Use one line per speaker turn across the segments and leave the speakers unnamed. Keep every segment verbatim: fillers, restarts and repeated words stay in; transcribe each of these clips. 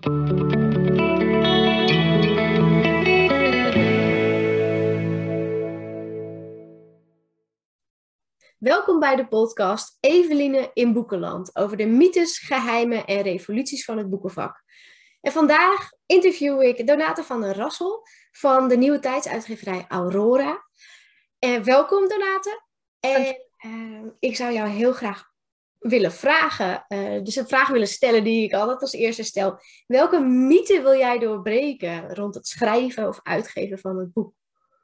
Welkom bij de podcast Eveline in Boekenland over de mythes, geheimen en revoluties van het boekenvak. En vandaag interview ik Donate van den Rassel van de nieuwe tijdsuitgeverij Aurora. En welkom Donate. En uh, ik zou jou heel graag willen vragen, uh, dus een vraag willen stellen die ik altijd als eerste stel. Welke mythe wil jij doorbreken rond het schrijven of uitgeven van het boek?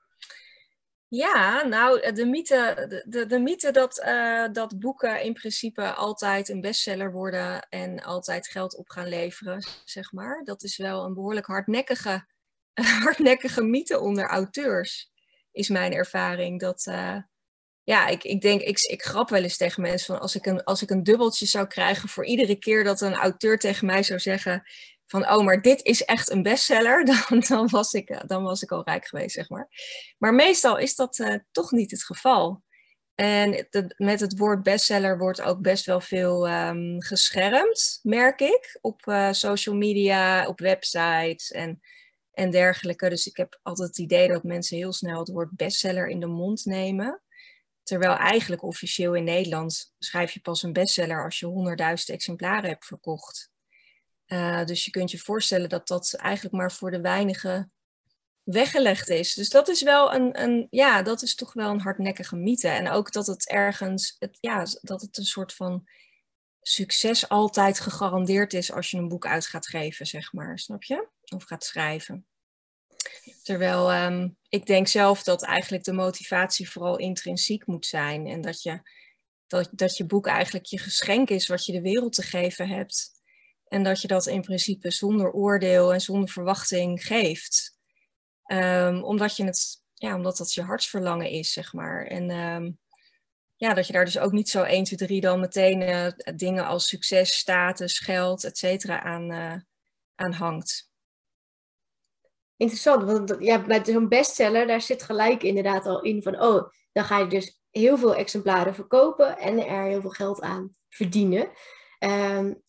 Ja, nou, de mythe, de, de, de mythe dat, uh, dat boeken in principe altijd een bestseller worden en altijd geld op gaan leveren, zeg maar. Dat is wel een behoorlijk hardnekkige, hardnekkige mythe onder auteurs, is mijn ervaring. Dat, uh, ja, ik, ik denk, ik, ik grap wel eens tegen mensen van als ik, een, als ik een dubbeltje zou krijgen voor iedere keer dat een auteur tegen mij zou zeggen van, oh, maar dit is echt een bestseller, dan, dan, was ik, dan was ik al rijk geweest, zeg maar. Maar meestal is dat uh, toch niet het geval. En de, met het woord bestseller wordt ook best wel veel um, geschermd, merk ik. Op uh, social media, op websites en, en dergelijke. Dus ik heb altijd het idee dat mensen heel snel het woord bestseller in de mond nemen. Terwijl eigenlijk officieel in Nederland schrijf je pas een bestseller als je honderdduizend exemplaren hebt verkocht. Uh, dus je kunt je voorstellen dat dat eigenlijk maar voor de weinigen weggelegd is. Dus dat is wel een, een ja, dat is toch wel een hardnekkige mythe. En ook dat het ergens, het, ja, dat het een soort van succes altijd gegarandeerd is als je een boek uit gaat geven, zeg maar. Snap je? Of gaat schrijven. Terwijl um, ik denk zelf dat eigenlijk de motivatie vooral intrinsiek moet zijn. En dat je, dat, dat je boek eigenlijk je geschenk is wat je de wereld te geven hebt. En dat je dat in principe zonder oordeel en zonder verwachting geeft. Um, omdat, je het, ja, omdat dat je hartsverlangen is, zeg maar. En um, ja, dat je daar dus ook niet zo één, twee, drie dan meteen uh, dingen als succes, status, geld, et cetera aan, uh, aan hangt.
Interessant, want ja, bij zo'n bestseller, daar zit gelijk inderdaad al in van, oh, dan ga je dus heel veel exemplaren verkopen en er heel veel geld aan verdienen. Um,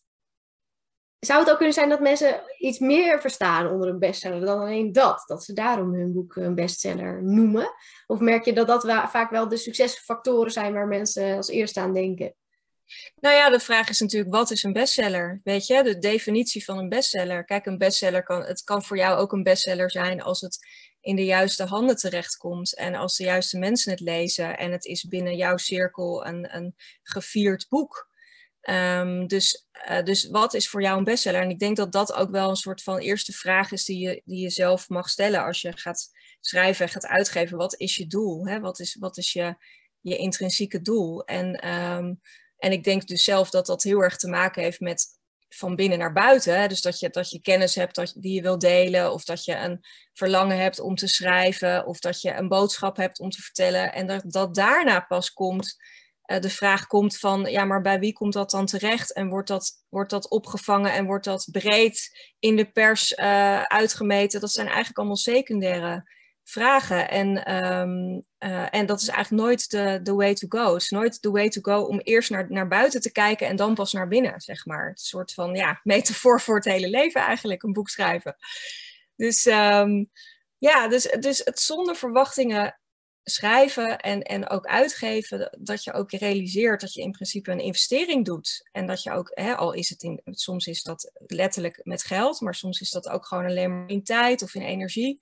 Zou het ook kunnen zijn dat mensen iets meer verstaan onder een bestseller dan alleen dat? Dat ze daarom hun boek een bestseller noemen? Of merk je dat dat wa- vaak wel de succesfactoren zijn waar mensen als eerste aan denken?
Nou ja, de vraag is natuurlijk, wat is een bestseller? Weet je, de definitie van een bestseller. Kijk, een bestseller kan, het kan voor jou ook een bestseller zijn als het in de juiste handen terechtkomt. En als de juiste mensen het lezen en het is binnen jouw cirkel een, een gevierd boek. Um, dus, uh, dus wat is voor jou een bestseller? En ik denk dat dat ook wel een soort van eerste vraag is die je, die je zelf mag stellen als je gaat schrijven en gaat uitgeven. Wat is je doel? Hè? Wat is, wat is je, je intrinsieke doel? En, um, en ik denk dus zelf dat dat heel erg te maken heeft met van binnen naar buiten. Hè? Dus dat je, dat je kennis hebt dat, die je wilt delen, of dat je een verlangen hebt om te schrijven, of dat je een boodschap hebt om te vertellen. En dat, dat daarna pas komt... Uh, de vraag komt van, ja, maar bij wie komt dat dan terecht? En wordt dat, wordt dat opgevangen en wordt dat breed in de pers uh, uitgemeten? Dat zijn eigenlijk allemaal secundaire vragen. En, um, uh, en dat is eigenlijk nooit de, de way to go. Het is nooit de way to go om eerst naar, naar buiten te kijken en dan pas naar binnen, zeg maar. Het is een soort van, ja, metafoor voor het hele leven eigenlijk, een boek schrijven. Dus um, ja, dus, dus het zonder verwachtingen schrijven en, en ook uitgeven, dat je ook realiseert dat je in principe een investering doet. En dat je ook, hè, al is het in, soms is dat letterlijk met geld, maar soms is dat ook gewoon alleen maar in tijd of in energie.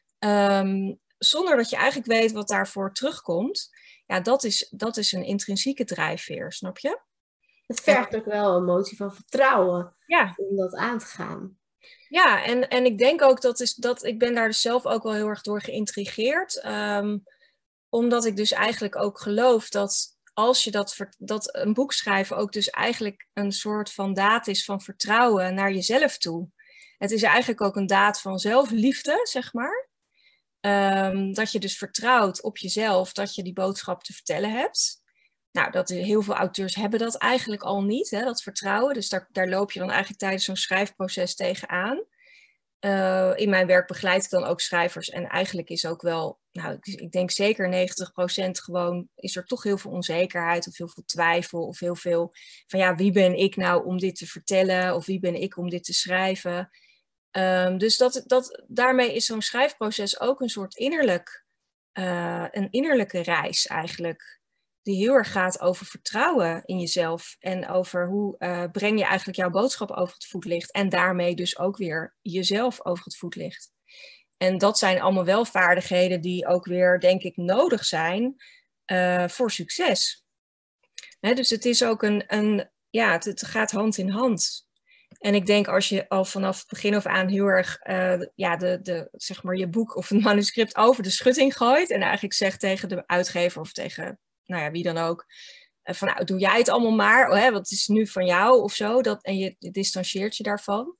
Um, zonder dat je eigenlijk weet wat daarvoor terugkomt. Ja, dat is, dat is een intrinsieke drijfveer, snap je?
Het vergt ook wel een motie van vertrouwen,
ja,
om dat aan te gaan.
Ja, en, en ik denk ook dat, is, dat ik ben daar dus zelf ook wel heel erg door geïntrigeerd. Um, Omdat ik dus eigenlijk ook geloof dat als je dat, dat een boek schrijven ook dus eigenlijk een soort van daad is van vertrouwen naar jezelf toe. Het is eigenlijk ook een daad van zelfliefde, zeg maar. Um, dat je dus vertrouwt op jezelf dat je die boodschap te vertellen hebt. Nou, dat, heel veel auteurs hebben dat eigenlijk al niet, hè, dat vertrouwen. Dus daar, daar loop je dan eigenlijk tijdens zo'n schrijfproces tegenaan. Uh, in mijn werk begeleid ik dan ook schrijvers. En eigenlijk is ook wel, nou, ik, ik denk zeker negentig procent gewoon, is er toch heel veel onzekerheid of heel veel twijfel of heel veel van ja, wie ben ik nou om dit te vertellen of wie ben ik om dit te schrijven. Um, dus dat, dat, daarmee is zo'n schrijfproces ook een soort innerlijk, uh, een innerlijke reis eigenlijk. Die heel erg gaat over vertrouwen in jezelf. En over hoe uh, breng je eigenlijk jouw boodschap over het voetlicht. En daarmee dus ook weer jezelf over het voetlicht. En dat zijn allemaal wel vaardigheden die ook weer, denk ik, nodig zijn uh, voor succes. Hè, dus het is ook een, een ja, het, het gaat hand in hand. En ik denk als je al vanaf het begin af aan heel erg uh, ja, de, de, zeg maar je boek of een manuscript over de schutting gooit. En eigenlijk zegt tegen de uitgever of tegen nou ja, wie dan ook. Uh, van nou, doe jij het allemaal maar. Oh, hè, wat is nu van jou of zo. Dat, en je, je distancieert je daarvan.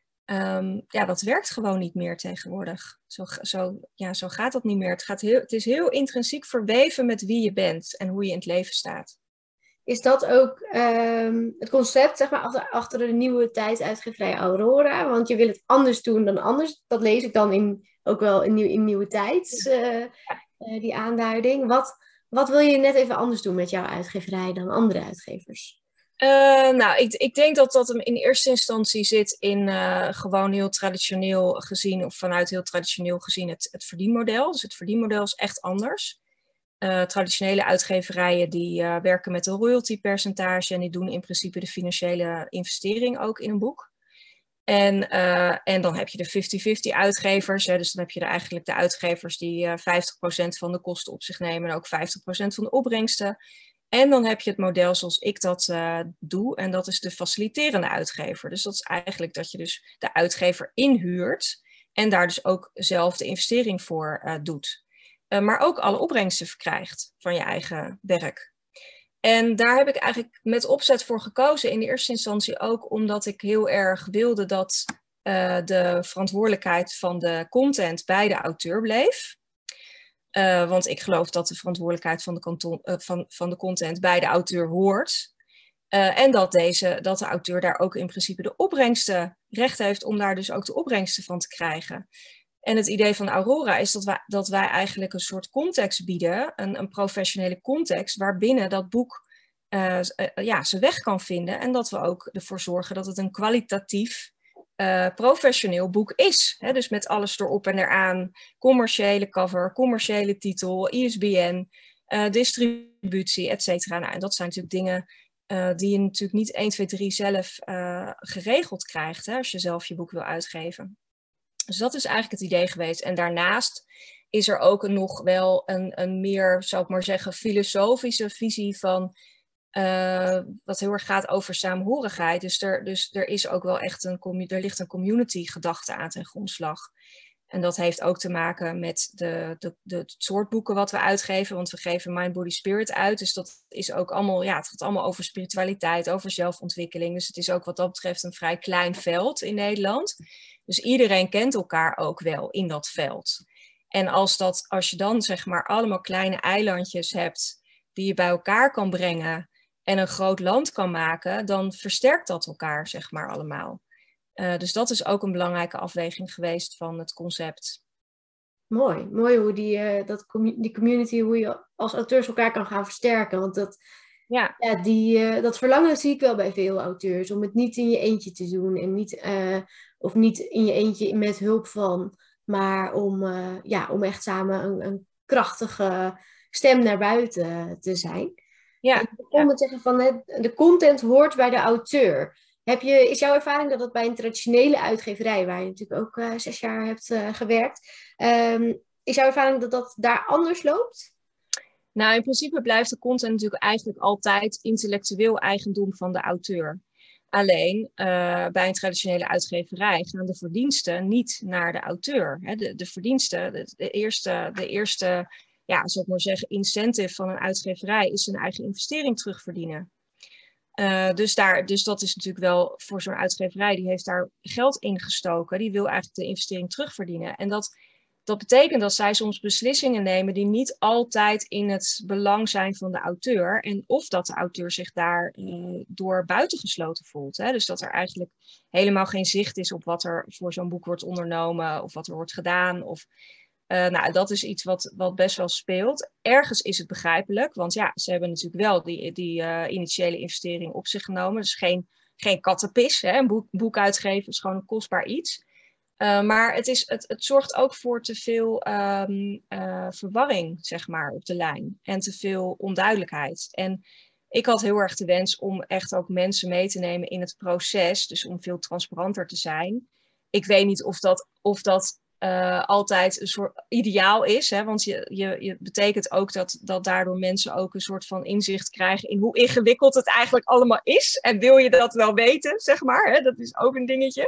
Um, ja, dat werkt gewoon niet meer tegenwoordig. Zo, zo, ja, zo gaat dat niet meer. Het, gaat heel, het is heel intrinsiek verweven met wie je bent en hoe je in het leven staat.
Is dat ook um, het concept, zeg maar, achter, achter de nieuwe tijdsuitgeverij Aurora? Want je wil het anders doen dan anders. Dat lees ik dan in, ook wel in, nieuw, in Nieuwe Tijd, uh, uh, die aanduiding. Wat, wat wil je net even anders doen met jouw uitgeverij dan andere uitgevers?
Uh, nou, ik, ik denk dat dat hem in eerste instantie zit in uh, gewoon heel traditioneel gezien, of vanuit heel traditioneel gezien, het, het verdienmodel. Dus het verdienmodel is echt anders. Uh, traditionele uitgeverijen die uh, werken met een royaltypercentage en die doen in principe de financiële investering ook in een boek. En, uh, en dan heb je de vijftig vijftig uitgevers, hè, dus dan heb je er eigenlijk de uitgevers die uh, vijftig procent van de kosten op zich nemen en ook vijftig procent van de opbrengsten. En dan heb je het model zoals ik dat uh, doe en dat is de faciliterende uitgever. Dus dat is eigenlijk dat je dus de uitgever inhuurt en daar dus ook zelf de investering voor uh, doet. Uh, maar ook alle opbrengsten verkrijgt van je eigen werk. En daar heb ik eigenlijk met opzet voor gekozen in de eerste instantie ook omdat ik heel erg wilde dat uh, de verantwoordelijkheid van de content bij de auteur bleef. Uh, want ik geloof dat de verantwoordelijkheid van de, kanton, uh, van, van de content bij de auteur hoort. Uh, en dat, deze, dat de auteur daar ook in principe de opbrengsten recht heeft om daar dus ook de opbrengsten van te krijgen. En het idee van Aurora is dat wij, dat wij eigenlijk een soort context bieden, een, een professionele context, waarbinnen dat boek uh, uh, ja, zijn weg kan vinden. En dat we ook ervoor zorgen dat het een kwalitatief, uh, professioneel boek is. Hè? Dus met alles erop en eraan, commerciële cover, commerciële titel, I S B N, uh, distributie, et cetera. Nou, en dat zijn natuurlijk dingen uh, die je natuurlijk niet één, twee, drie zelf uh, geregeld krijgt, hè, als je zelf je boek wil uitgeven. Dus dat is eigenlijk het idee geweest. En daarnaast is er ook een, nog wel een, een meer, zou ik maar zeggen, filosofische visie van uh, wat heel erg gaat over saamhorigheid. Dus er, dus er is ook wel echt een, er ligt een community gedachte aan ten grondslag. En dat heeft ook te maken met de, de, de, het soort boeken wat we uitgeven. Want we geven Mind, Body, Spirit uit. Dus dat is ook allemaal, ja, het gaat allemaal over spiritualiteit, over zelfontwikkeling. Dus het is ook wat dat betreft een vrij klein veld in Nederland. Dus iedereen kent elkaar ook wel in dat veld. En als, dat, als je dan zeg maar allemaal kleine eilandjes hebt die je bij elkaar kan brengen en een groot land kan maken, dan versterkt dat elkaar zeg maar allemaal. Uh, dus dat is ook een belangrijke afweging geweest van het concept.
Mooi, mooi hoe die, uh, dat, die community, hoe je als auteurs elkaar kan gaan versterken. Want dat, ja. Ja, die, uh, dat verlangen zie ik wel bij veel auteurs, om het niet in je eentje te doen. En niet, uh, of niet in je eentje met hulp van, maar om, uh, ja, om echt samen een, een krachtige stem naar buiten te zijn.
Ja.
En ik kon het zeggen van, hè, de content hoort bij de auteur. Heb je, is jouw ervaring dat dat bij een traditionele uitgeverij, waar je natuurlijk ook uh, zes jaar hebt uh, gewerkt, um, is jouw ervaring dat dat daar anders loopt?
Nou, in principe blijft de content natuurlijk eigenlijk altijd intellectueel eigendom van de auteur. Alleen uh, bij een traditionele uitgeverij gaan de verdiensten niet naar de auteur. Hè. De, de verdiensten, de, de eerste, de eerste ja, zou ik maar zeggen, incentive van een uitgeverij is zijn eigen investering terugverdienen. Uh, dus, daar, dus dat is natuurlijk wel voor zo'n uitgeverij, die heeft daar geld in gestoken. Die wil eigenlijk de investering terugverdienen. En dat, dat betekent dat zij soms beslissingen nemen die niet altijd in het belang zijn van de auteur. En of dat de auteur zich daar uh, door buitengesloten voelt. Hè? Dus dat er eigenlijk helemaal geen zicht is op wat er voor zo'n boek wordt ondernomen of wat er wordt gedaan. Of, uh, nou, dat is iets wat, wat best wel speelt. Ergens is het begrijpelijk, want ja, ze hebben natuurlijk wel die, die uh, initiële investering op zich genomen. Dus geen, geen kattenpis, hè? Een boek, boek uitgeven is gewoon een kostbaar iets. Uh, maar het, is, het, het zorgt ook voor te veel um, uh, verwarring, zeg maar, op de lijn. En te veel onduidelijkheid. En ik had heel erg de wens om echt ook mensen mee te nemen in het proces. Dus om veel transparanter te zijn. Ik weet niet of dat, of dat uh, altijd een soort ideaal is. Hè? Want je, je, je betekent ook dat, dat daardoor mensen ook een soort van inzicht krijgen in hoe ingewikkeld het eigenlijk allemaal is. En wil je dat wel weten, zeg maar. Hè? Dat is ook een dingetje.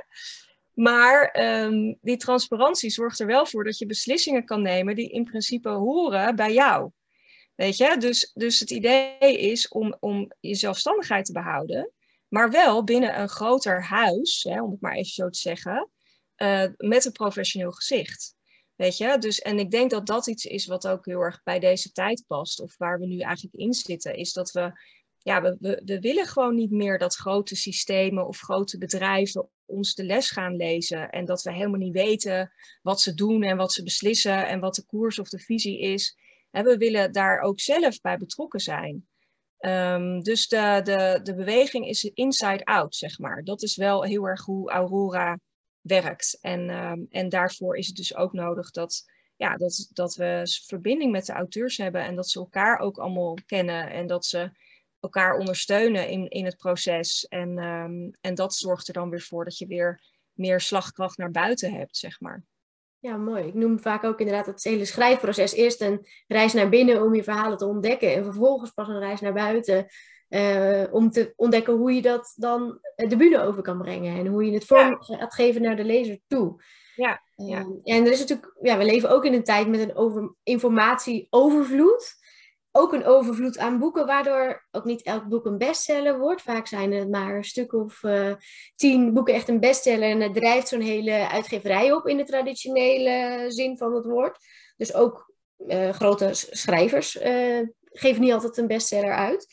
Maar um, die transparantie zorgt er wel voor dat je beslissingen kan nemen die in principe horen bij jou. Weet je? Dus, dus het idee is om, om je zelfstandigheid te behouden, maar wel binnen een groter huis, hè, om het maar even zo te zeggen, uh, met een professioneel gezicht. Weet je? Dus, en ik denk dat dat iets is wat ook heel erg bij deze tijd past, of waar we nu eigenlijk in zitten, is dat we, ja, we, we, we willen gewoon niet meer dat grote systemen of grote bedrijven ons de les gaan lezen en dat we helemaal niet weten wat ze doen en wat ze beslissen en wat de koers of de visie is. En we willen daar ook zelf bij betrokken zijn. Um, dus de, de, de beweging is inside out, zeg maar. Dat is wel heel erg hoe Aurora werkt. En, um, en daarvoor is het dus ook nodig dat, ja, dat, dat we verbinding met de auteurs hebben en dat ze elkaar ook allemaal kennen en dat ze elkaar ondersteunen in, in het proces. En, um, en dat zorgt er dan weer voor dat je weer meer slagkracht naar buiten hebt, zeg maar.
Ja, mooi. Ik noem vaak ook inderdaad het hele schrijfproces. Eerst een reis naar binnen om je verhalen te ontdekken. En vervolgens pas een reis naar buiten. Uh, om te ontdekken hoe je dat dan de bühne over kan brengen. En hoe je het vorm ja. gaat geven naar de lezer toe.
Ja, ja.
Um, en er is natuurlijk, ja, we leven ook in een tijd met een over, informatieovervloed. Ook een overvloed aan boeken, waardoor ook niet elk boek een bestseller wordt. Vaak zijn het maar een stuk of uh, tien boeken echt een bestseller. En het drijft zo'n hele uitgeverij op in de traditionele zin van het woord. Dus ook uh, grote schrijvers uh, geven niet altijd een bestseller uit.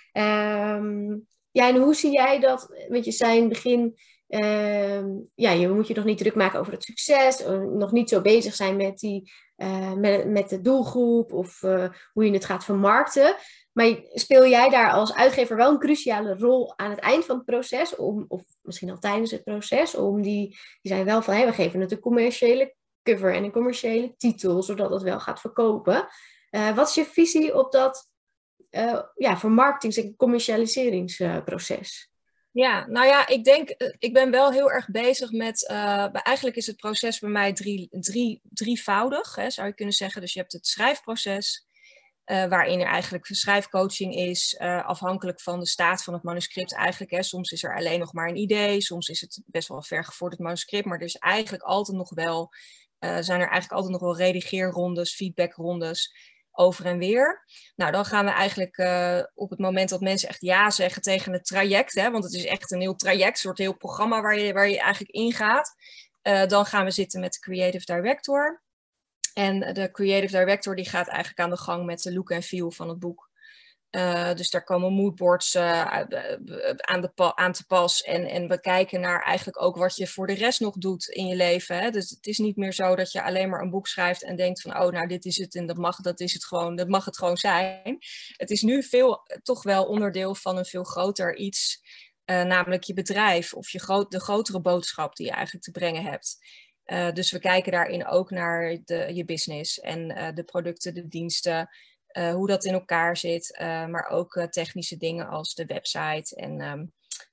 Um, ja, en hoe zie jij dat? Want je zei in het begin, uh, ja, je moet je nog niet druk maken over het succes. Nog niet zo bezig zijn met die... Uh, met, met de doelgroep of uh, hoe je het gaat vermarkten. Maar speel jij daar als uitgever wel een cruciale rol aan het eind van het proces, om, of misschien al tijdens het proces, om die, die zijn wel van, hey, we geven het een commerciële cover en een commerciële titel, zodat het wel gaat verkopen. Uh, wat is je visie op dat uh, ja, vermarktings- en commercialiseringsproces?
Ja, nou ja, ik denk, ik ben wel heel erg bezig met, uh, eigenlijk is het proces bij mij drie, drie, drievoudig, hè, zou je kunnen zeggen. Dus je hebt het schrijfproces, uh, waarin er eigenlijk schrijfcoaching is, uh, afhankelijk van de staat van het manuscript eigenlijk. Hè. Soms is er alleen nog maar een idee, soms is het best wel ver gevorderd manuscript, maar er is eigenlijk altijd nog wel, uh, zijn er eigenlijk altijd nog wel redigeerrondes, feedbackrondes, over en weer. Nou, dan gaan we eigenlijk uh, op het moment dat mensen echt ja zeggen tegen het traject, hè, want het is echt een heel traject, een soort heel programma waar je, waar je eigenlijk ingaat. Uh, dan gaan we zitten met de creative director. En de creative director die gaat eigenlijk aan de gang met de look en feel van het boek. Uh, dus daar komen moodboards uh, aan, de aan te pas. En, en we kijken naar eigenlijk ook wat je voor de rest nog doet in je leven. Hè? Dus het is niet meer zo dat je alleen maar een boek schrijft en denkt van, oh, nou, dit is het en dat mag, dat is het gewoon, dat mag het gewoon zijn. Het is nu veel, toch wel onderdeel van een veel groter iets, uh, namelijk je bedrijf of je gro- de grotere boodschap die je eigenlijk te brengen hebt. Uh, dus we kijken daarin ook naar de, je business en uh, de producten, de diensten, Uh, hoe dat in elkaar zit, uh, maar ook uh, technische dingen als de website en um,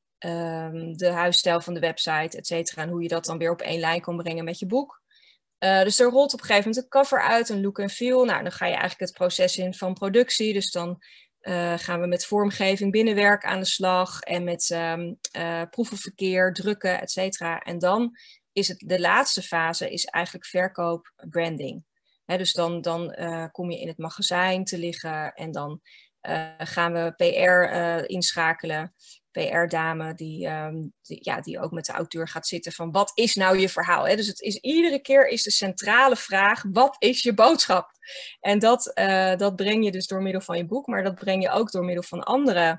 um, de huisstijl van de website, et cetera. En hoe je dat dan weer op één lijn kan brengen met je boek. Uh, dus er rolt op een gegeven moment een cover uit, een look en feel. Nou, dan ga je eigenlijk het proces in van productie. Dus dan uh, gaan we met vormgeving, binnenwerk aan de slag en met um, uh, proevenverkeer, drukken, et cetera. En dan is het de laatste fase is eigenlijk verkoop, branding. He, dus dan, dan uh, kom je in het magazijn te liggen en dan uh, gaan we P R uh, inschakelen. P R-dame die, um, die, ja, die ook met de auteur gaat zitten van wat is nou je verhaal? Hè? Dus het is, iedere keer is de centrale vraag, wat is je boodschap? En dat, uh, dat breng je dus door middel van je boek, maar dat breng je ook door middel van andere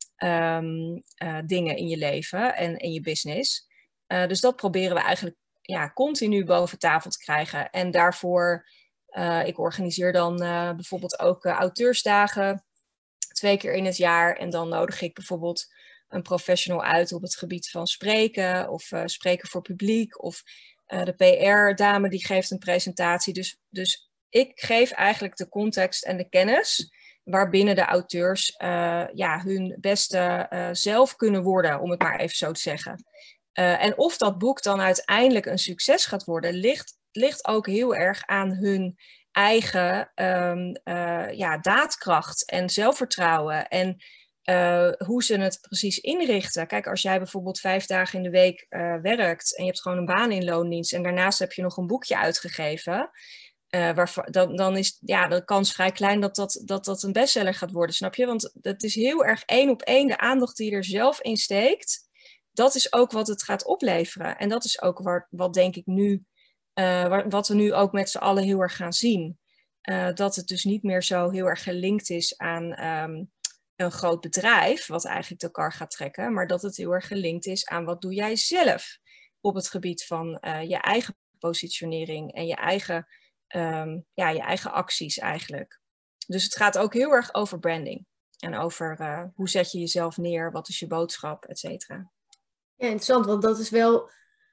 um, uh, dingen in je leven en in je business. Uh, dus dat proberen we eigenlijk ja, continu boven tafel te krijgen. En daarvoor, uh, ik organiseer dan uh, bijvoorbeeld ook uh, auteursdagen twee keer in het jaar. En dan nodig ik bijvoorbeeld een professional uit op het gebied van spreken of uh, spreken voor publiek. Of uh, de P R-dame die geeft een presentatie. Dus, dus ik geef eigenlijk de context en de kennis waarbinnen de auteurs uh, ja, hun beste uh, zelf kunnen worden, om het maar even zo te zeggen. Uh, en of dat boek dan uiteindelijk een succes gaat worden, ligt, ligt ook heel erg aan hun eigen um, uh, ja, daadkracht en zelfvertrouwen. En uh, hoe ze het precies inrichten. Kijk, als jij bijvoorbeeld vijf dagen in de week uh, werkt en je hebt gewoon een baan in loondienst en daarnaast heb je nog een boekje uitgegeven, uh, waarvan, dan, dan is ja, de kans vrij klein dat dat, dat dat een bestseller gaat worden, snap je? Want het is heel erg één op één de aandacht die je er zelf in steekt. Dat is ook wat het gaat opleveren. En dat is ook wat, wat denk ik nu, uh, wat we nu ook met z'n allen heel erg gaan zien. Uh, dat het dus niet meer zo heel erg gelinkt is aan um, een groot bedrijf, wat eigenlijk de kar gaat trekken. Maar dat het heel erg gelinkt is aan wat doe jij zelf op het gebied van uh, je eigen positionering en je eigen, um, ja, je eigen acties eigenlijk. Dus het gaat ook heel erg over branding. En over uh, hoe zet je jezelf neer, wat is je boodschap, et cetera.
Ja, interessant, want dat is wel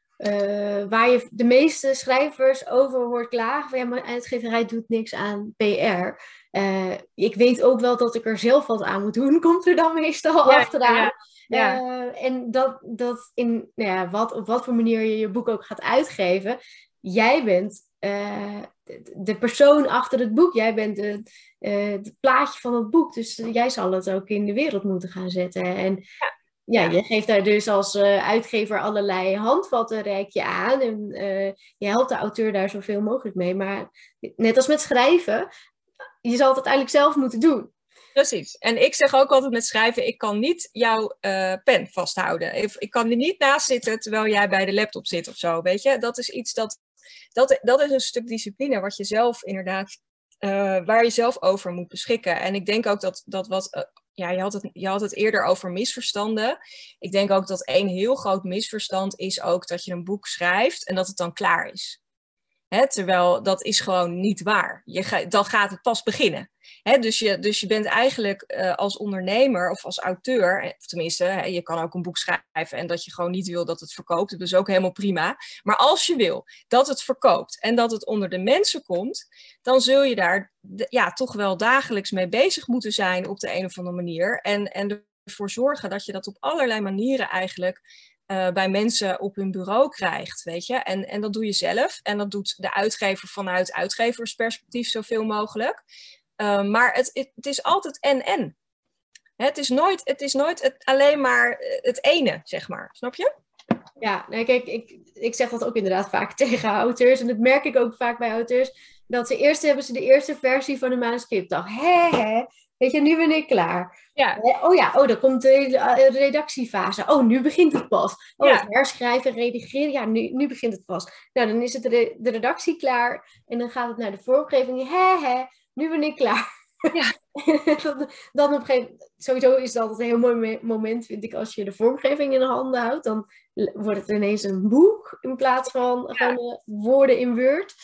uh, waar je de meeste schrijvers over hoort klagen. Van, ja, mijn uitgeverij doet niks aan P R. Uh, ik weet ook wel dat ik er zelf wat aan moet doen, komt er dan meestal ja, achteraan. Ja, ja. Uh, en dat, dat in nou ja, wat, op wat voor manier je je boek ook gaat uitgeven, jij bent uh, de, de persoon achter het boek. Jij bent de, uh, het plaatje van het boek. Dus uh, jij zal het ook in de wereld moeten gaan zetten. En ja. Ja, je geeft daar dus als uh, uitgever allerlei handvatten, reik je aan. En uh, je helpt de auteur daar zoveel mogelijk mee. Maar net als met schrijven, je zal het uiteindelijk zelf moeten doen.
Precies. En ik zeg ook altijd met schrijven, ik kan niet jouw uh, pen vasthouden. Ik, ik kan er niet naast zitten terwijl jij bij de laptop zit of zo, weet je. Dat is iets dat, dat, dat is een stuk discipline wat je zelf inderdaad, uh, waar je zelf over moet beschikken. En ik denk ook dat, dat wat... Uh, Ja, je had, het, je had het eerder over misverstanden. Ik denk ook dat één heel groot misverstand is ook dat je een boek schrijft en dat het dan klaar is. Hè, terwijl dat is gewoon niet waar. Je ga, dan gaat het pas beginnen. Hè, dus, je, dus je bent eigenlijk uh, als ondernemer of als auteur, of tenminste, hè, je kan ook een boek schrijven en dat je gewoon niet wil dat het verkoopt. Dat is ook helemaal prima. Maar als je wil dat het verkoopt en dat het onder de mensen komt, dan zul je daar ja, toch wel dagelijks mee bezig moeten zijn op de een of andere manier. En, en ervoor zorgen dat je dat op allerlei manieren eigenlijk Uh, bij mensen op hun bureau krijgt, weet je. En, en dat doe je zelf. En dat doet de uitgever vanuit uitgeversperspectief zoveel mogelijk. Uh, maar het, het, het is altijd en-en. Het is nooit, het is nooit het, alleen maar het ene, zeg maar. Snap je?
Ja, nee, kijk, ik, ik zeg dat ook inderdaad vaak tegen auteurs. En dat merk ik ook vaak bij auteurs. Dat ze eerst hebben ze de eerste versie van de manuscript. Dacht, hè, hè. Weet je, nu ben ik klaar.
Ja.
Oh ja, oh, dan komt de redactiefase. Oh, nu begint het pas. Oh, ja. Het herschrijven, redigeren. Ja, nu, nu begint het pas. Nou, dan is het de, de redactie klaar. En dan gaat het naar de vormgeving. Hè, hè, nu ben ik klaar.
Ja.
dan, dan op een gegeven moment, sowieso is dat een heel mooi moment, vind ik, als je de vormgeving in de handen houdt. Dan wordt het ineens een boek in plaats van ja. gewoon uh, woorden in Word.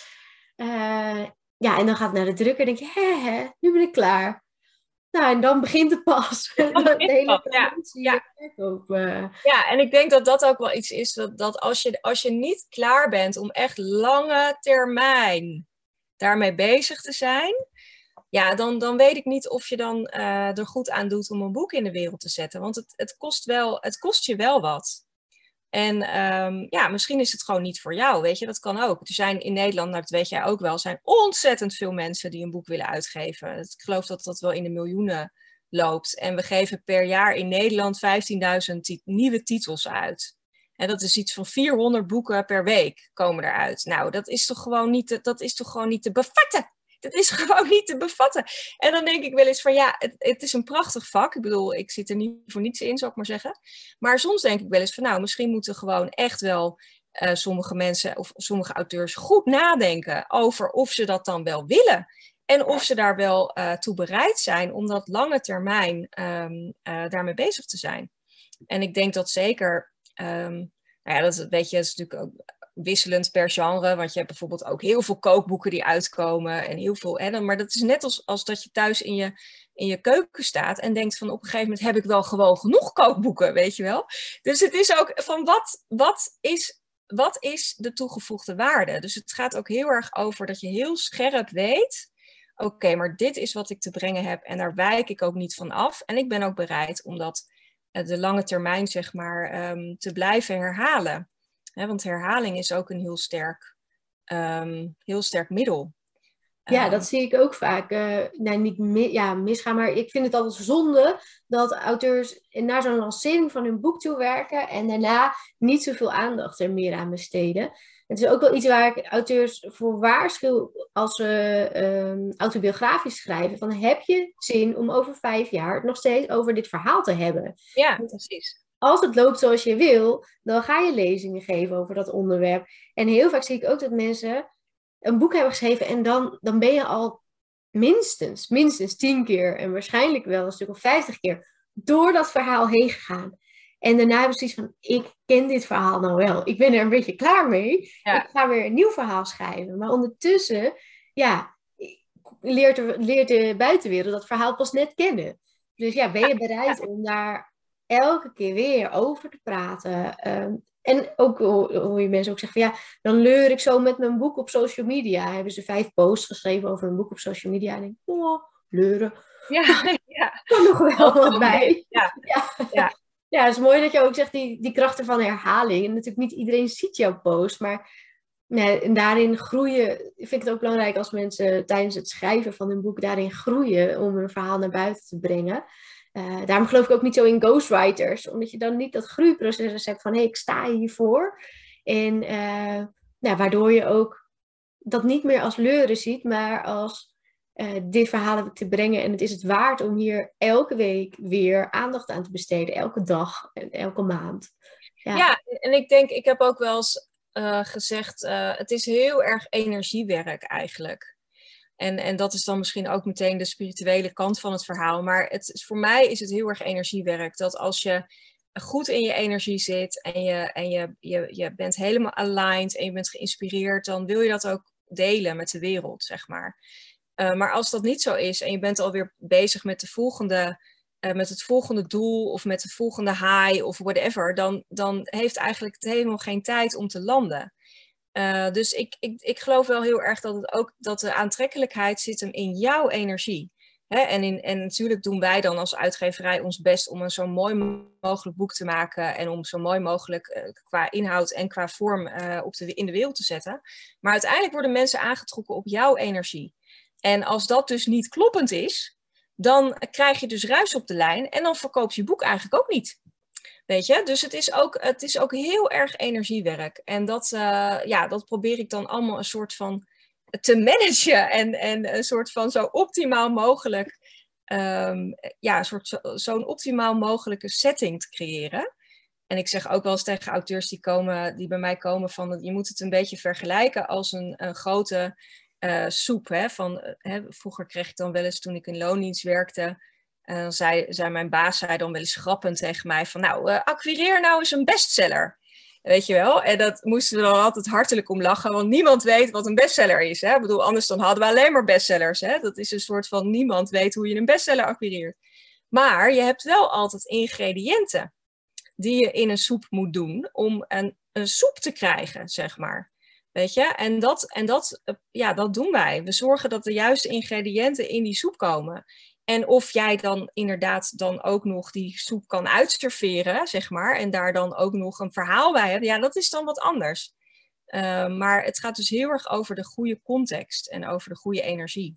Uh, ja, en dan gaat het naar de drukker en denk je, hè, hè, nu ben ik klaar. Nou, en dan begint het pas.
Dan begint de hele
pas. Ja. Ja.
Op, uh... ja, en ik denk dat dat ook wel iets is, dat, dat als, je, als je niet klaar bent om echt lange termijn daarmee bezig te zijn, ja, dan, dan weet ik niet of je dan uh, er goed aan doet om een boek in de wereld te zetten. Want het, het, kost, wel, het kost je wel wat. En um, ja, misschien is het gewoon niet voor jou, weet je, dat kan ook. Er zijn in Nederland, nou, dat weet jij ook wel, er zijn ontzettend veel mensen die een boek willen uitgeven. Ik geloof dat dat wel in de miljoenen loopt. En we geven per jaar in Nederland vijftienduizend tit- nieuwe titels uit. En dat is iets van vierhonderd boeken per week komen eruit. Nou, dat is toch gewoon niet te, dat is toch gewoon niet te bevatten. Dat is gewoon niet te bevatten. En dan denk ik wel eens van ja, het, het is een prachtig vak. Ik bedoel, ik zit er niet voor niets in, zou ik maar zeggen. Maar soms denk ik wel eens van nou, misschien moeten gewoon echt wel uh, sommige mensen of sommige auteurs goed nadenken over of ze dat dan wel willen. En of ze daar wel uh, toe bereid zijn om dat lange termijn um, uh, daarmee bezig te zijn. En ik denk dat zeker, um, nou ja, dat weet je, dat is natuurlijk ook wisselend per genre. Want je hebt bijvoorbeeld ook heel veel kookboeken die uitkomen. En heel veel, hè, maar dat is net als, als dat je thuis in je, in je keuken staat en denkt van op een gegeven moment heb ik wel gewoon genoeg kookboeken, weet je wel. Dus het is ook van wat, wat is... Wat is de toegevoegde waarde? Dus het gaat ook heel erg over dat je heel scherp weet, oké, okay, maar dit is wat ik te brengen heb en daar wijk ik ook niet van af. En ik ben ook bereid om dat uh, de lange termijn, zeg maar, um, te blijven herhalen. He, want herhaling is ook een heel sterk, um, heel sterk middel.
Ja,
um,
dat zie ik ook vaak. Uh, nou, niet mi ja, misgaan, maar ik vind het altijd zonde dat auteurs naar zo'n lancering van hun boek toe werken en daarna niet zoveel aandacht er meer aan besteden. Het is ook wel iets waar ik auteurs voor waarschuw als ze uh, autobiografisch schrijven. Van, heb je zin om over vijf jaar het nog steeds over dit verhaal te hebben?
Ja, precies.
Als het loopt zoals je wil, dan ga je lezingen geven over dat onderwerp. En heel vaak zie ik ook dat mensen een boek hebben geschreven en dan, dan ben je al minstens, minstens tien keer en waarschijnlijk wel een stuk of vijftig keer door dat verhaal heen gegaan. En daarna hebben ze iets van, ik ken dit verhaal nou wel. Ik ben er een beetje klaar mee. Ja. Ik ga weer een nieuw verhaal schrijven. Maar ondertussen, ja, leert de, leert de buitenwereld dat verhaal pas net kennen. Dus ja, ben je bereid om daar elke keer weer over te praten? Um, en ook hoe je mensen ook zeggen van ja, dan leur ik zo met mijn boek op social media. Hebben ze vijf posts geschreven over een boek op social media. En ik denk, oh, leuren.
Ja, ja.
Er nog wel wat bij.
Ja.
Ja.
Ja.
Ja, het is mooi dat je ook zegt die, die krachten van herhaling. En natuurlijk niet iedereen ziet jouw post, maar nee, en daarin groeien. Ik vind het ook belangrijk als mensen tijdens het schrijven van hun boek daarin groeien om hun verhaal naar buiten te brengen. Uh, daarom geloof ik ook niet zo in ghostwriters, omdat je dan niet dat groeiproces hebt van hé, hey, ik sta hiervoor. En uh, nou, waardoor je ook dat niet meer als leuren ziet, maar als uh, dit verhaal heb ik te brengen en het is het waard om hier elke week weer aandacht aan te besteden, elke dag en elke maand.
Ja, ja en ik denk, ik heb ook wel eens uh, gezegd, uh, het is heel erg energiewerk eigenlijk. En, en dat is dan misschien ook meteen de spirituele kant van het verhaal. Maar het, voor mij is het heel erg energiewerk. Dat als je goed in je energie zit en, je, en je, je, je bent helemaal aligned en je bent geïnspireerd, dan wil je dat ook delen met de wereld, zeg maar. Uh, maar als dat niet zo is en je bent alweer bezig met, de volgende, uh, met het volgende doel of met de volgende high of whatever, dan, dan heeft eigenlijk het helemaal geen tijd om te landen. Uh, dus ik, ik, ik geloof wel heel erg dat, het ook, dat de aantrekkelijkheid zit hem in jouw energie. Hè? En, in, en natuurlijk doen wij dan als uitgeverij ons best om een zo mooi mogelijk boek te maken en om zo mooi mogelijk uh, qua inhoud en qua vorm uh, op de, in de wereld te zetten. Maar uiteindelijk worden mensen aangetrokken op jouw energie. En als dat dus niet kloppend is, dan krijg je dus ruis op de lijn en dan verkoopt je boek eigenlijk ook niet. Weet je, dus het is ook, het is ook heel erg energiewerk. En dat, uh, ja, dat probeer ik dan allemaal een soort van te managen. En, en een soort van zo optimaal mogelijk, um, ja, een soort zo, zo'n optimaal mogelijke setting te creëren. En ik zeg ook wel eens tegen auteurs die, komen, die bij mij komen van, je moet het een beetje vergelijken als een, een grote uh, soep. Hè, van, hè, vroeger kreeg ik dan wel eens, toen ik in loondienst werkte, en dan zei, zei mijn baas zei dan wel eens grappend tegen mij van nou, uh, acquireer nou eens een bestseller. Weet je wel? En dat moesten we dan altijd hartelijk om lachen, want niemand weet wat een bestseller is. Hè? Ik bedoel, anders dan hadden we alleen maar bestsellers. Hè? Dat is een soort van niemand weet hoe je een bestseller acquireert. Maar je hebt wel altijd ingrediënten die je in een soep moet doen om een, een soep te krijgen, zeg maar. Weet je? En, dat, en dat, ja, dat doen wij. We zorgen dat de juiste ingrediënten in die soep komen. En of jij dan inderdaad dan ook nog die soep kan uitserveren, zeg maar, en daar dan ook nog een verhaal bij hebt, ja, dat is dan wat anders. Uh, maar het gaat dus heel erg over de goede context en over de goede energie.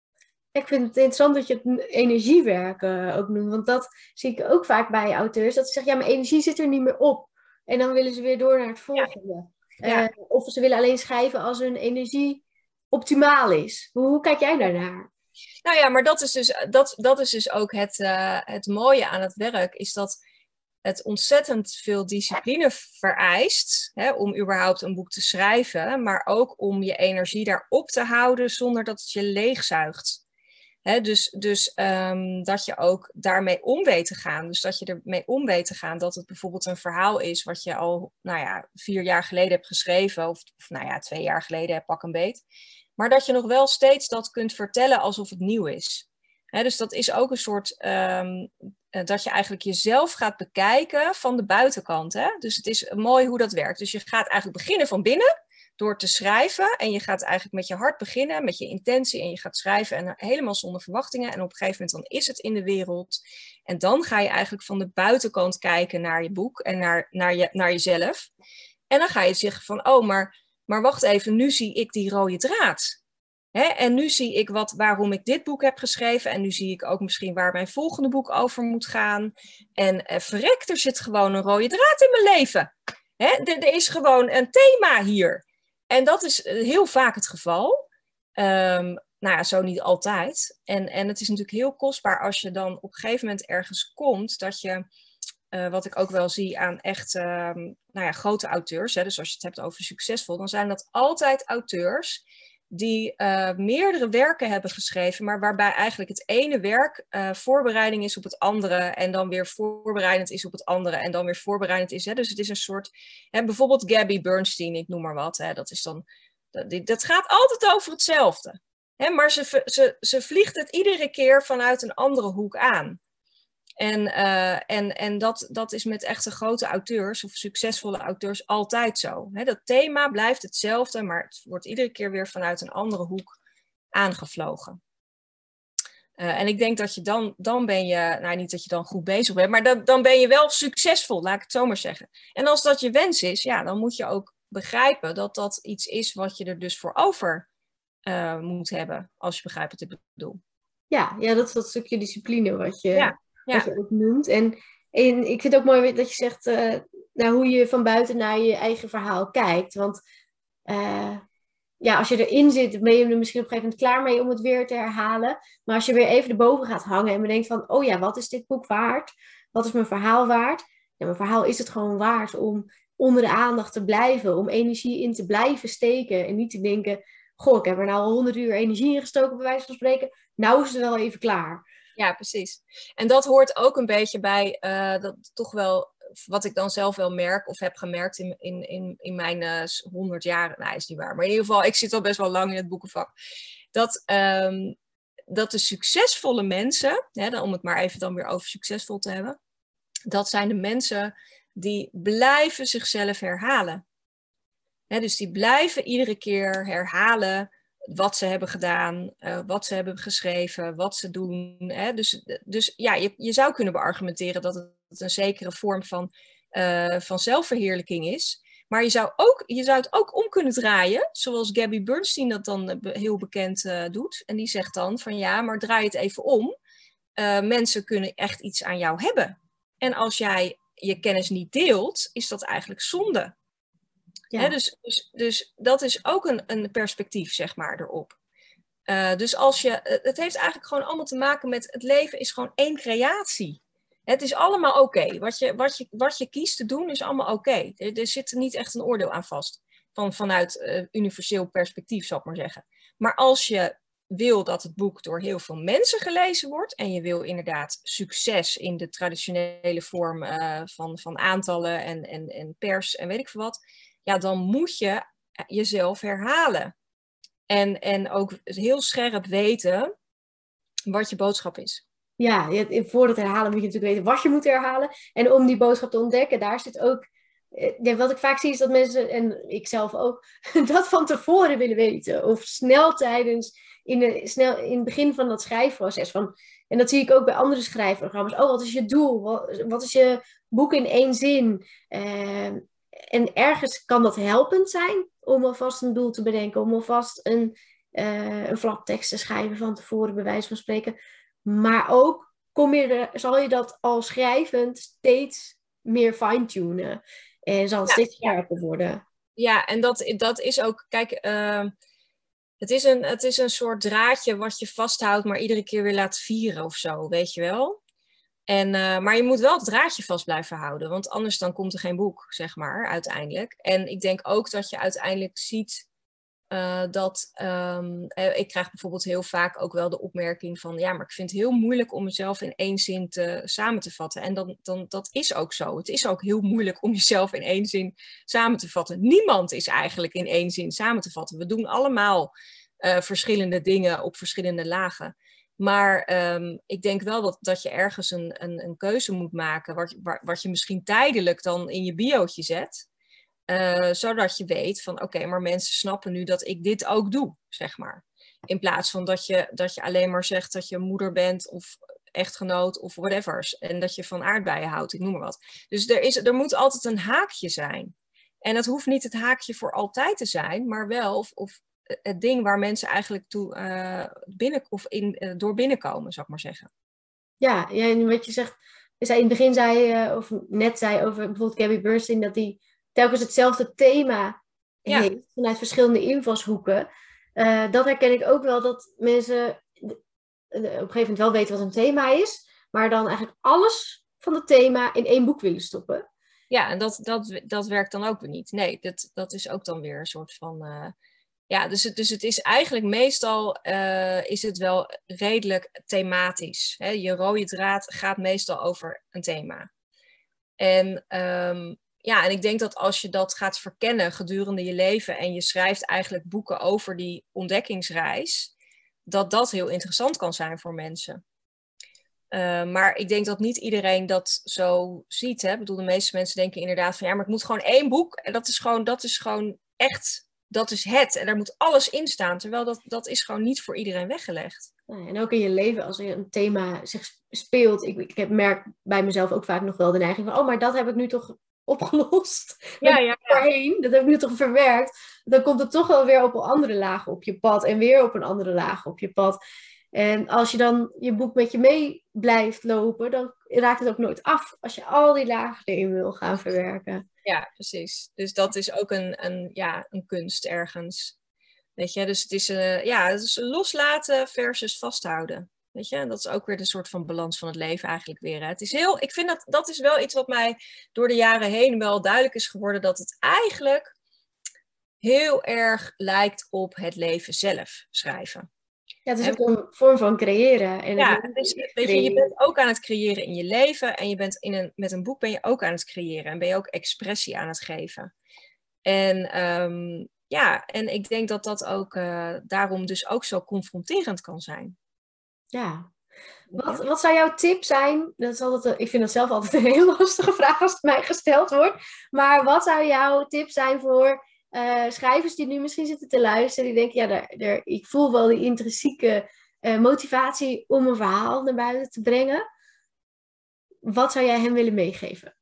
Ik vind het interessant dat je het energiewerk uh, ook noemt, want dat zie ik ook vaak bij auteurs, dat ze zeggen, ja, mijn energie zit er niet meer op. En dan willen ze weer door naar het volgende. Ja. Ja. Uh, of ze willen alleen schrijven als hun energie optimaal is. Hoe, hoe kijk jij daarnaar?
Nou ja, maar dat is dus, dat, dat is dus ook het, uh, het mooie aan het werk, is dat het ontzettend veel discipline vereist, hè, om überhaupt een boek te schrijven, maar ook om je energie daarop te houden zonder dat het je leegzuigt. Hè, dus dus um, dat je ook daarmee om weet te gaan. Dus dat je ermee om weet te gaan dat het bijvoorbeeld een verhaal is wat je al, nou ja, vier jaar geleden hebt geschreven, of, of nou ja, twee jaar geleden, pak een beet. Maar dat je nog wel steeds dat kunt vertellen alsof het nieuw is. He, dus dat is ook een soort, um, dat je eigenlijk jezelf gaat bekijken van de buitenkant. Hè? Dus het is mooi hoe dat werkt. Dus je gaat eigenlijk beginnen van binnen door te schrijven. En je gaat eigenlijk met je hart beginnen, met je intentie. En je gaat schrijven en helemaal zonder verwachtingen. En op een gegeven moment dan is het in de wereld. En dan ga je eigenlijk van de buitenkant kijken naar je boek en naar, naar, je, naar jezelf. En dan ga je zeggen van, oh, maar... Maar wacht even, nu zie ik die rode draad. Hè? En nu zie ik wat, waarom ik dit boek heb geschreven. En nu zie ik ook misschien waar mijn volgende boek over moet gaan. En eh, verrek, er zit gewoon een rode draad in mijn leven. Hè? Er, er is gewoon een thema hier. En dat is heel vaak het geval. Um, nou ja, zo niet altijd. En, en het is natuurlijk heel kostbaar als je dan op een gegeven moment ergens komt dat je... Uh, wat ik ook wel zie aan echt uh, nou ja, grote auteurs, hè, dus als je het hebt over succesvol, dan zijn dat altijd auteurs die uh, meerdere werken hebben geschreven, maar waarbij eigenlijk het ene werk uh, voorbereiding is op het andere en dan weer voorbereidend is op het andere en dan weer voorbereidend is. Hè. Dus het is een soort, hè, bijvoorbeeld Gabby Bernstein, ik noem maar wat, hè, dat is dan, dat, dat gaat altijd over hetzelfde. Hè, maar ze, ze, ze vliegt het iedere keer vanuit een andere hoek aan. En, uh, en, en dat, dat is met echte grote auteurs of succesvolle auteurs altijd zo. He, dat thema blijft hetzelfde, maar het wordt iedere keer weer vanuit een andere hoek aangevlogen. Uh, en ik denk dat je dan, dan ben je, nou niet dat je dan goed bezig bent, maar dan, dan ben je wel succesvol, laat ik het zo maar zeggen. En als dat je wens is, ja, dan moet je ook begrijpen dat dat iets is wat je er dus voor over uh, moet hebben, als je begrijpt wat ik bedoel.
Ja, ja, dat is dat stukje discipline wat je...
Ja. Ja.
Wat je ook noemt. En, en ik vind het ook mooi dat je zegt uh, nou, hoe je van buiten naar je eigen verhaal kijkt. Want uh, ja, als je erin zit, ben je er misschien op een gegeven moment klaar mee om het weer te herhalen. Maar als je weer even erboven gaat hangen en bedenkt van, oh ja, wat is dit boek waard? Wat is mijn verhaal waard? Ja, mijn verhaal is het gewoon waard om onder de aandacht te blijven, om energie in te blijven steken. En niet te denken, goh, ik heb er nou al honderd uur energie in gestoken, bij wijze van spreken. Nou is het wel even klaar.
Ja, precies. En dat hoort ook een beetje bij, uh, dat toch wel, wat ik dan zelf wel merk of heb gemerkt in, in, in, in mijn uh, honderd jaar, nou is niet waar, maar in ieder geval, ik zit al best wel lang in het boekenvak, dat, um, dat de succesvolle mensen, hè, om het maar even dan weer over succesvol te hebben, dat zijn de mensen die blijven zichzelf herhalen. Hè, dus die blijven iedere keer herhalen wat ze hebben gedaan, uh, wat ze hebben geschreven, wat ze doen. Hè? Dus, dus ja, je, je zou kunnen beargumenteren dat het een zekere vorm van, uh, van zelfverheerlijking is. Maar je zou, ook, je zou het ook om kunnen draaien, zoals Gabby Bernstein dat dan heel bekend uh, doet. En die zegt dan van ja, maar draai het even om. Uh, mensen kunnen echt iets aan jou hebben. En als jij je kennis niet deelt, is dat eigenlijk zonde. Ja. He, dus, dus, dus dat is ook een, een perspectief, zeg maar, erop. Uh, dus als je, het heeft eigenlijk gewoon allemaal te maken met, het leven is gewoon één creatie. Het is allemaal oké. Okay. Wat, je, wat, je, wat je kiest te doen is allemaal oké. Okay. Er, er zit niet echt een oordeel aan vast. Van, vanuit uh, universeel perspectief, zal ik maar zeggen. Maar als je wil dat het boek door heel veel mensen gelezen wordt, en je wil inderdaad succes in de traditionele vorm uh, van, van aantallen en, en, en pers en weet ik veel wat, ja, dan moet je jezelf herhalen. En, en ook heel scherp weten wat je boodschap is.
Ja, je, voor het herhalen moet je natuurlijk weten wat je moet herhalen. En om die boodschap te ontdekken, daar zit ook... Ja, wat ik vaak zie is dat mensen, en ik zelf ook, dat van tevoren willen weten. Of snel tijdens, in, de, snel in het begin van dat schrijfproces. Van, en dat zie ik ook bij andere schrijfprogramma's. Oh, wat is je doel? Wat, wat is je boek in één zin? Uh, en ergens kan dat helpend zijn om alvast een doel te bedenken. Om alvast een, uh, een flaptekst te schrijven van tevoren, bij wijze van spreken. Maar ook kom je er, zal je dat al schrijvend steeds meer fine-tunen. En zal het ja, steeds scherper worden.
Ja, en dat, dat is ook... Kijk, uh, Het is, een, het is een soort draadje wat je vasthoudt, maar iedere keer weer laat vieren of zo, weet je wel. En, uh, maar je moet wel het draadje vast blijven houden, want anders dan komt er geen boek, zeg maar, uiteindelijk. En ik denk ook dat je uiteindelijk ziet uh, dat... Um, ik krijg bijvoorbeeld heel vaak ook wel de opmerking van... ja, maar ik vind het heel moeilijk om mezelf in één zin te, samen te vatten. En dan, dan, dat is ook zo. Het is ook heel moeilijk om jezelf in één zin samen te vatten. Niemand is eigenlijk in één zin samen te vatten. We doen allemaal uh, verschillende dingen op verschillende lagen. Maar um, ik denk wel dat, dat je ergens een, een, een keuze moet maken... Wat, wat je misschien tijdelijk dan in je biootje zet... Uh, zodat je weet van oké, okay, maar mensen snappen nu dat ik dit ook doe, zeg maar. In plaats van dat je, dat je alleen maar zegt dat je moeder bent of echtgenoot of whatever. En dat je van aardbeien houdt, ik noem maar wat. Dus er, is, er moet altijd een haakje zijn. En dat hoeft niet het haakje voor altijd te zijn, maar wel of, of het ding waar mensen eigenlijk toe, uh, binnen, of in, uh, door binnenkomen, zou ik maar zeggen.
Ja, ja, wat je zegt, in het begin zei, uh, of net zei over bijvoorbeeld Gabby Bernstein, dat die telkens hetzelfde thema
ja.
heeft, vanuit verschillende invalshoeken. Uh, dat herken ik ook wel, dat mensen op een gegeven moment wel weten wat een thema is, maar dan eigenlijk alles van het thema in één boek willen stoppen.
Ja, en dat, dat, dat werkt dan ook weer niet. Nee, dat, dat is ook dan weer een soort van... Uh, ja, dus het, dus het is eigenlijk meestal uh, is het wel redelijk thematisch. Hè? Je rode draad gaat meestal over een thema. En... Um, Ja, en ik denk dat als je dat gaat verkennen gedurende je leven en je schrijft eigenlijk boeken over die ontdekkingsreis, dat dat heel interessant kan zijn voor mensen. Uh, maar ik denk dat niet iedereen dat zo ziet. Hè? Ik bedoel, de meeste mensen denken inderdaad van ja, maar ik moet gewoon één boek en dat is gewoon, dat is gewoon echt, dat is het. En daar moet alles in staan, terwijl dat, dat is gewoon niet voor iedereen weggelegd.
En ook in je leven, als er een thema zich speelt, ik, ik merk bij mezelf ook vaak nog wel de neiging van, oh, maar dat heb ik nu toch opgelost.
Ja, ja, ja.
Voorheen, dat heb ik nu toch verwerkt. Dan komt het toch wel weer op een andere laag op je pad. En weer op een andere laag op je pad. En als je dan je boek met je mee blijft lopen, dan raakt het ook nooit af. Als je al die lagen erin wil gaan verwerken.
Ja, precies. Dus dat is ook een, een, ja, een kunst ergens. Weet je, dus het is, uh, ja, het is loslaten versus vasthouden. Weet je, dat is ook weer de soort van balans van het leven eigenlijk weer. Hè? Het is heel, ik vind dat, dat is wel iets wat mij door de jaren heen wel duidelijk is geworden. Dat het eigenlijk heel erg lijkt op het leven zelf schrijven.
Ja, het is en, ook een vorm van creëren. En
ja, het is, weet je, je bent ook aan het creëren in je leven. En je bent in een, met een boek ben je ook aan het creëren. En ben je ook expressie aan het geven. En um, ja, en ik denk dat dat ook uh, daarom dus ook zo confronterend kan zijn.
Ja. Wat, wat zou jouw tip zijn? Dat is altijd, ik vind dat zelf altijd een heel lastige vraag als het mij gesteld wordt. Maar wat zou jouw tip zijn voor uh, schrijvers die nu misschien zitten te luisteren? Die denken, ja, daar, daar, ik voel wel die intrinsieke uh, motivatie om een verhaal naar buiten te brengen. Wat zou jij hen willen meegeven?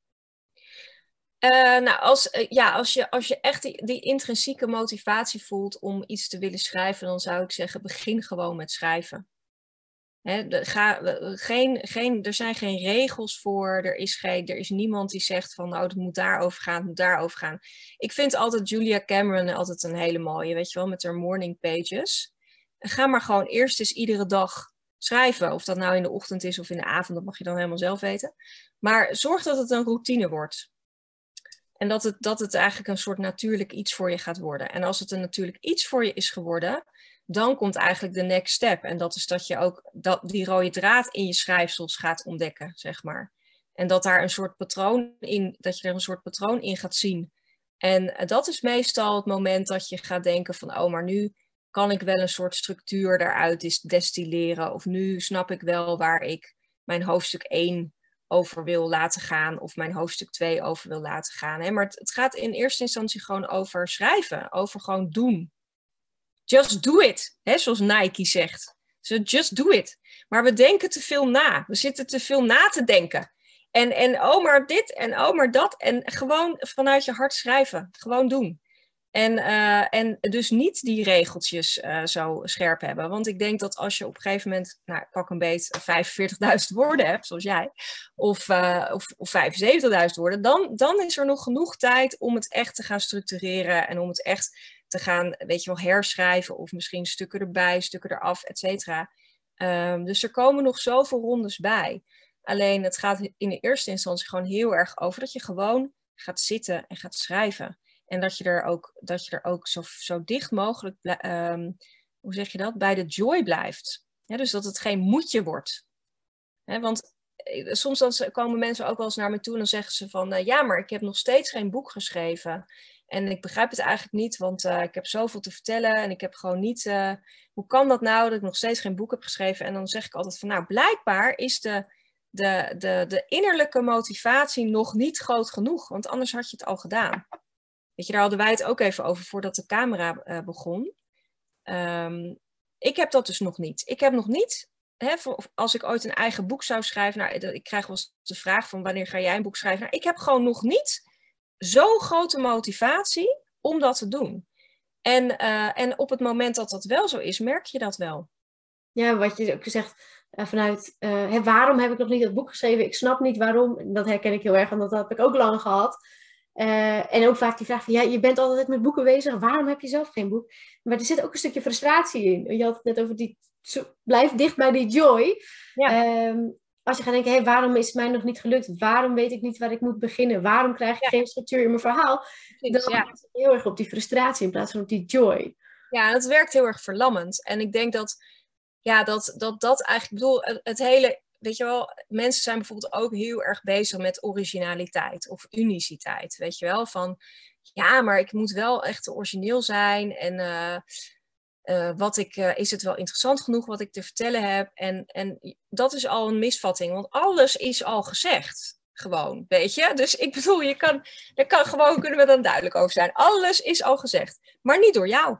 Uh, nou, als, uh, ja, als, je, als je echt die, die intrinsieke motivatie voelt om iets te willen schrijven, dan zou ik zeggen, begin gewoon met schrijven. He, de, ga, geen, geen, er zijn geen regels voor, er is, geen, er is niemand die zegt van nou, het moet daarover gaan, het moet daarover gaan. Ik vind altijd Julia Cameron altijd een hele mooie, weet je wel, met haar morning pages. En ga maar gewoon eerst eens iedere dag schrijven, of dat nou in de ochtend is of in de avond, dat mag je dan helemaal zelf weten. Maar zorg dat het een routine wordt. En dat het, dat het eigenlijk een soort natuurlijk iets voor je gaat worden. En als het een natuurlijk iets voor je is geworden, dan komt eigenlijk de next step. En dat is dat je ook dat, die rode draad in je schrijfsels gaat ontdekken, zeg maar. En dat daar een soort patroon in, dat je er een soort patroon in gaat zien. En dat is meestal het moment dat je gaat denken van, oh, maar nu kan ik wel een soort structuur daaruit destilleren. Of nu snap ik wel waar ik mijn hoofdstuk één over wil laten gaan. Of mijn hoofdstuk twee over wil laten gaan. Hè? Maar het, het gaat in eerste instantie gewoon over schrijven. Over gewoon doen. Just do it. Hè? Zoals Nike zegt. So just do it. Maar we denken te veel na. We zitten te veel na te denken. En, en oh maar dit en oh maar dat. En gewoon vanuit je hart schrijven. Gewoon doen. En, uh, en dus niet die regeltjes uh, zo scherp hebben. Want ik denk dat als je op een gegeven moment, nou, pak een beet, vijfenveertigduizend woorden hebt, zoals jij, of, uh, of, of vijfenzeventigduizend woorden, dan, dan is er nog genoeg tijd om het echt te gaan structureren en om het echt te gaan, weet je wel, herschrijven of misschien stukken erbij, stukken eraf, et cetera. Um, dus er komen nog zoveel rondes bij. Alleen het gaat in de eerste instantie gewoon heel erg over dat je gewoon gaat zitten en gaat schrijven. En dat je er ook, dat je er ook zo, zo dicht mogelijk, um, hoe zeg je dat, bij de joy blijft. Ja, dus dat het geen moedje wordt. He, want eh, soms dan komen mensen ook wel eens naar me toe en dan zeggen ze van, uh, ja, maar ik heb nog steeds geen boek geschreven. En ik begrijp het eigenlijk niet, want uh, ik heb zoveel te vertellen en ik heb gewoon niet, uh, hoe kan dat nou dat ik nog steeds geen boek heb geschreven? En dan zeg ik altijd van, nou, blijkbaar is de, de, de, de innerlijke motivatie nog niet groot genoeg, want anders had je het al gedaan. Weet je, daar hadden wij het ook even over voordat de camera uh, begon. Um, ik heb dat dus nog niet. Ik heb nog niet, hè, voor, als ik ooit een eigen boek zou schrijven, nou, ik krijg wel eens de vraag van wanneer ga jij een boek schrijven? Nou, ik heb gewoon nog niet zo'n grote motivatie om dat te doen. En, uh, en op het moment dat dat wel zo is, merk je dat wel.
Ja, wat je ook zegt uh, vanuit, uh, hè, waarom heb ik nog niet dat boek geschreven? Ik snap niet waarom. Dat herken ik heel erg, want dat heb ik ook lang gehad. Uh, en ook vaak die vraag van, ja, je bent altijd met boeken bezig. Waarom heb je zelf geen boek? Maar er zit ook een stukje frustratie in. Je had het net over die, zo, blijf dicht bij die joy. Ja. Um, als je gaat denken, hey, waarom is het mij nog niet gelukt? Waarom weet ik niet waar ik moet beginnen? Waarom krijg ik ja. geen structuur in mijn verhaal? Precies, dan ja. is het heel erg op die frustratie in plaats van op die joy.
Ja, het werkt heel erg verlammend. En ik denk dat ja, dat, dat, dat eigenlijk, ik bedoel, het, het hele, weet je wel, mensen zijn bijvoorbeeld ook heel erg bezig met originaliteit of uniciteit, weet je wel, van ja, maar ik moet wel echt origineel zijn en uh, uh, wat ik, uh, is het wel interessant genoeg wat ik te vertellen heb en, en dat is al een misvatting, want alles is al gezegd, gewoon, weet je, dus ik bedoel, je kan, daar kan gewoon, kunnen we dan duidelijk over zijn, alles is al gezegd, maar niet door jou.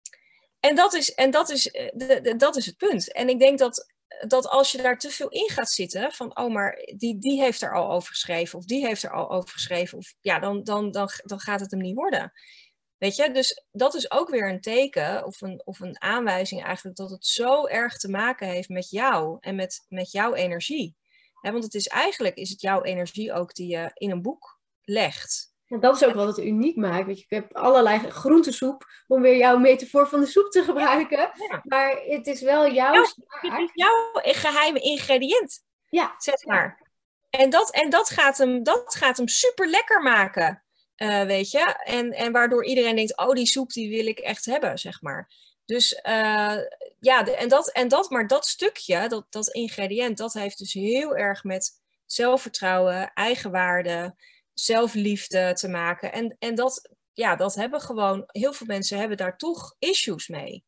En dat is, en dat is, de, de, dat is het punt. En ik denk dat, dat als je daar te veel in gaat zitten, van oh, maar die, die heeft er al over geschreven, of die heeft er al over geschreven, of ja, dan, dan, dan, dan gaat het hem niet worden. Weet je, dus dat is ook weer een teken, of een, of een aanwijzing eigenlijk, dat het zo erg te maken heeft met jou en met, met jouw energie. He, want het is eigenlijk, is het jouw energie ook die je in een boek legt.
En dat is ook wat het uniek maakt. Weet je, ik heb allerlei groentesoep, om weer jouw metafoor van de soep te gebruiken. Ja. Maar het is wel jouw
nou, smaak. Het is jouw geheime ingrediënt.
Ja.
Zeg maar. Ja. En, dat, en dat, gaat hem, dat gaat hem super lekker maken. Uh, weet je. En, en waardoor iedereen denkt, oh, die soep die wil ik echt hebben, zeg maar. Dus uh, ja, de, en, dat, en dat, maar dat stukje, dat, dat ingrediënt, dat heeft dus heel erg met zelfvertrouwen, eigenwaarde, zelfliefde te maken. En, en dat, ja, dat hebben gewoon, heel veel mensen hebben daar toch issues mee.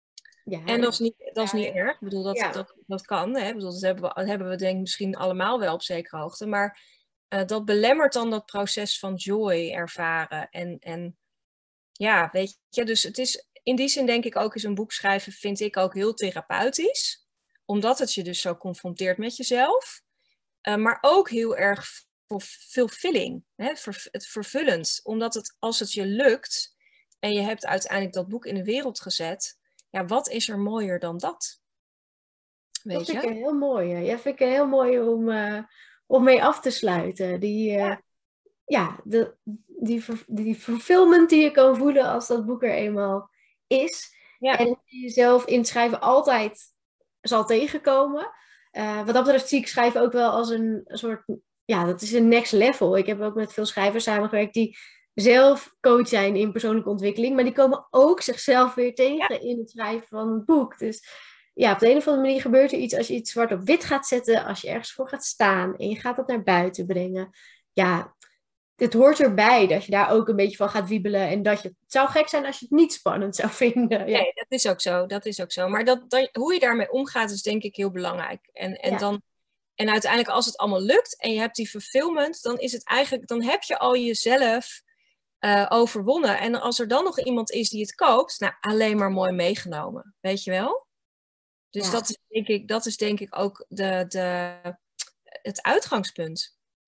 Ja, en dat is niet, dat is niet ja, erg. Ik bedoel, dat, ja. dat, dat kan. Hè? Ik bedoel, dat hebben we, dat hebben we denk ik misschien allemaal wel op zekere hoogte. Maar uh, dat belemmert dan dat proces van joy ervaren. En, en ja, weet je, dus het is, in die zin denk ik ook is een boek schrijven, vind ik ook heel therapeutisch. Omdat het je dus zo confronteert met jezelf. Uh, maar ook heel erg fulfilling, hè? Het vervullend. Omdat het, als het je lukt en je hebt uiteindelijk dat boek in de wereld gezet, ja, wat is er mooier dan dat?
Weet dat vind je? Ik heel mooi. Ja, vind ik heel mooi om, uh, om mee af te sluiten. Die, uh, ja, ja de, die, die fulfillment die je kan voelen als dat boek er eenmaal is. Ja. En die jezelf inschrijven altijd zal tegenkomen. Uh, wat dat betreft zie ik schrijven ook wel als een, een soort... Ja, dat is een next level. Ik heb ook met veel schrijvers samengewerkt die zelf coach zijn in persoonlijke ontwikkeling. Maar die komen ook zichzelf weer tegen ja. in het schrijven van een boek. Dus ja, op de een of andere manier gebeurt er iets als je iets zwart op wit gaat zetten. Als je ergens voor gaat staan en je gaat dat naar buiten brengen. Ja, het hoort erbij dat je daar ook een beetje van gaat wiebelen. En dat je, het zou gek zijn als je het niet spannend zou vinden. Ja.
Nee, dat is ook zo. Dat is ook zo. Maar dat, dat, hoe je daarmee omgaat is denk ik heel belangrijk. En, en, ja. dan, en uiteindelijk als het allemaal lukt en je hebt die fulfillment, dan is het eigenlijk, dan heb je al jezelf uh, overwonnen. En als er dan nog iemand is die het koopt, nou, alleen maar mooi meegenomen. Weet je wel? Dus ja. dat, is, denk ik, dat is denk ik ook de, de, het uitgangspunt.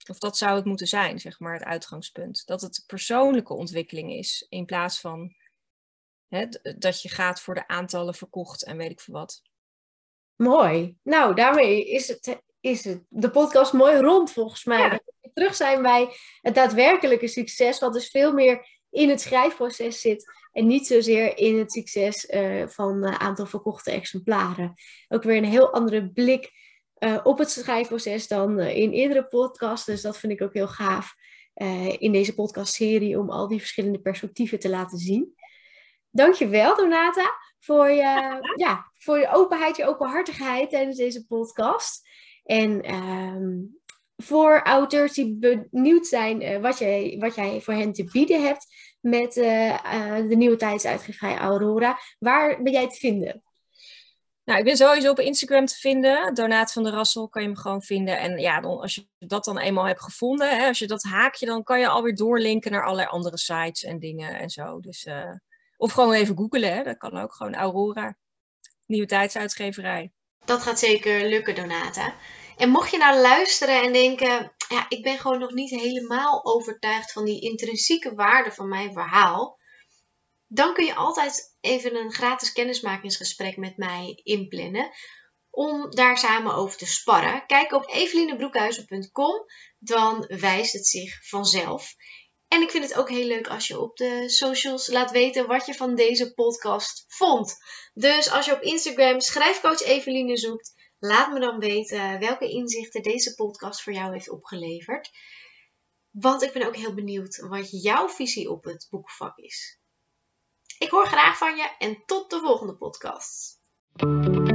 Of dat zou het moeten zijn, zeg maar, het uitgangspunt. Dat het persoonlijke ontwikkeling is, in plaats van hè, dat je gaat voor de aantallen verkocht en weet ik veel wat.
Mooi. Nou, daarmee is het, is het de podcast mooi rond volgens mij.
Ja.
Dat we terug zijn bij het daadwerkelijke succes, wat dus veel meer in het schrijfproces zit en niet zozeer in het succes uh, van het uh, aantal verkochte exemplaren. Ook weer een heel andere blik uh, op het schrijfproces dan uh, in eerdere podcasts. Dus dat vind ik ook heel gaaf uh, in deze podcastserie om al die verschillende perspectieven te laten zien. Dankjewel, Donata, voor je, ja, voor je openheid, je openhartigheid tijdens deze podcast. En um, voor auteurs die benieuwd zijn uh, wat, jij, wat jij voor hen te bieden hebt met uh, uh, de nieuwe tijdsuitgeverij Aurora, waar ben jij te vinden?
Nou, ik ben sowieso op Instagram te vinden. Donata van der Rassel kan je me gewoon vinden. En ja, dan, als je dat dan eenmaal hebt gevonden, hè, als je dat haakje, dan kan je alweer doorlinken naar allerlei andere sites en dingen en zo. Dus... Uh, Of gewoon even googlen, hè? Dat kan ook. Gewoon Aurora, nieuwe tijdsuitgeverij.
Dat gaat zeker lukken, Donata. En mocht je nou luisteren en denken, ja, ik ben gewoon nog niet helemaal overtuigd van die intrinsieke waarde van mijn verhaal, dan kun je altijd even een gratis kennismakingsgesprek met mij inplannen, om daar samen over te sparren. Kijk op evelinebroekhuizen punt com, dan wijst het zich vanzelf. En ik vind het ook heel leuk als je op de socials laat weten wat je van deze podcast vond. Dus als je op Instagram schrijfcoach Eveline zoekt, laat me dan weten welke inzichten deze podcast voor jou heeft opgeleverd. Want ik ben ook heel benieuwd wat jouw visie op het boekenvak is. Ik hoor graag van je en tot de volgende podcast.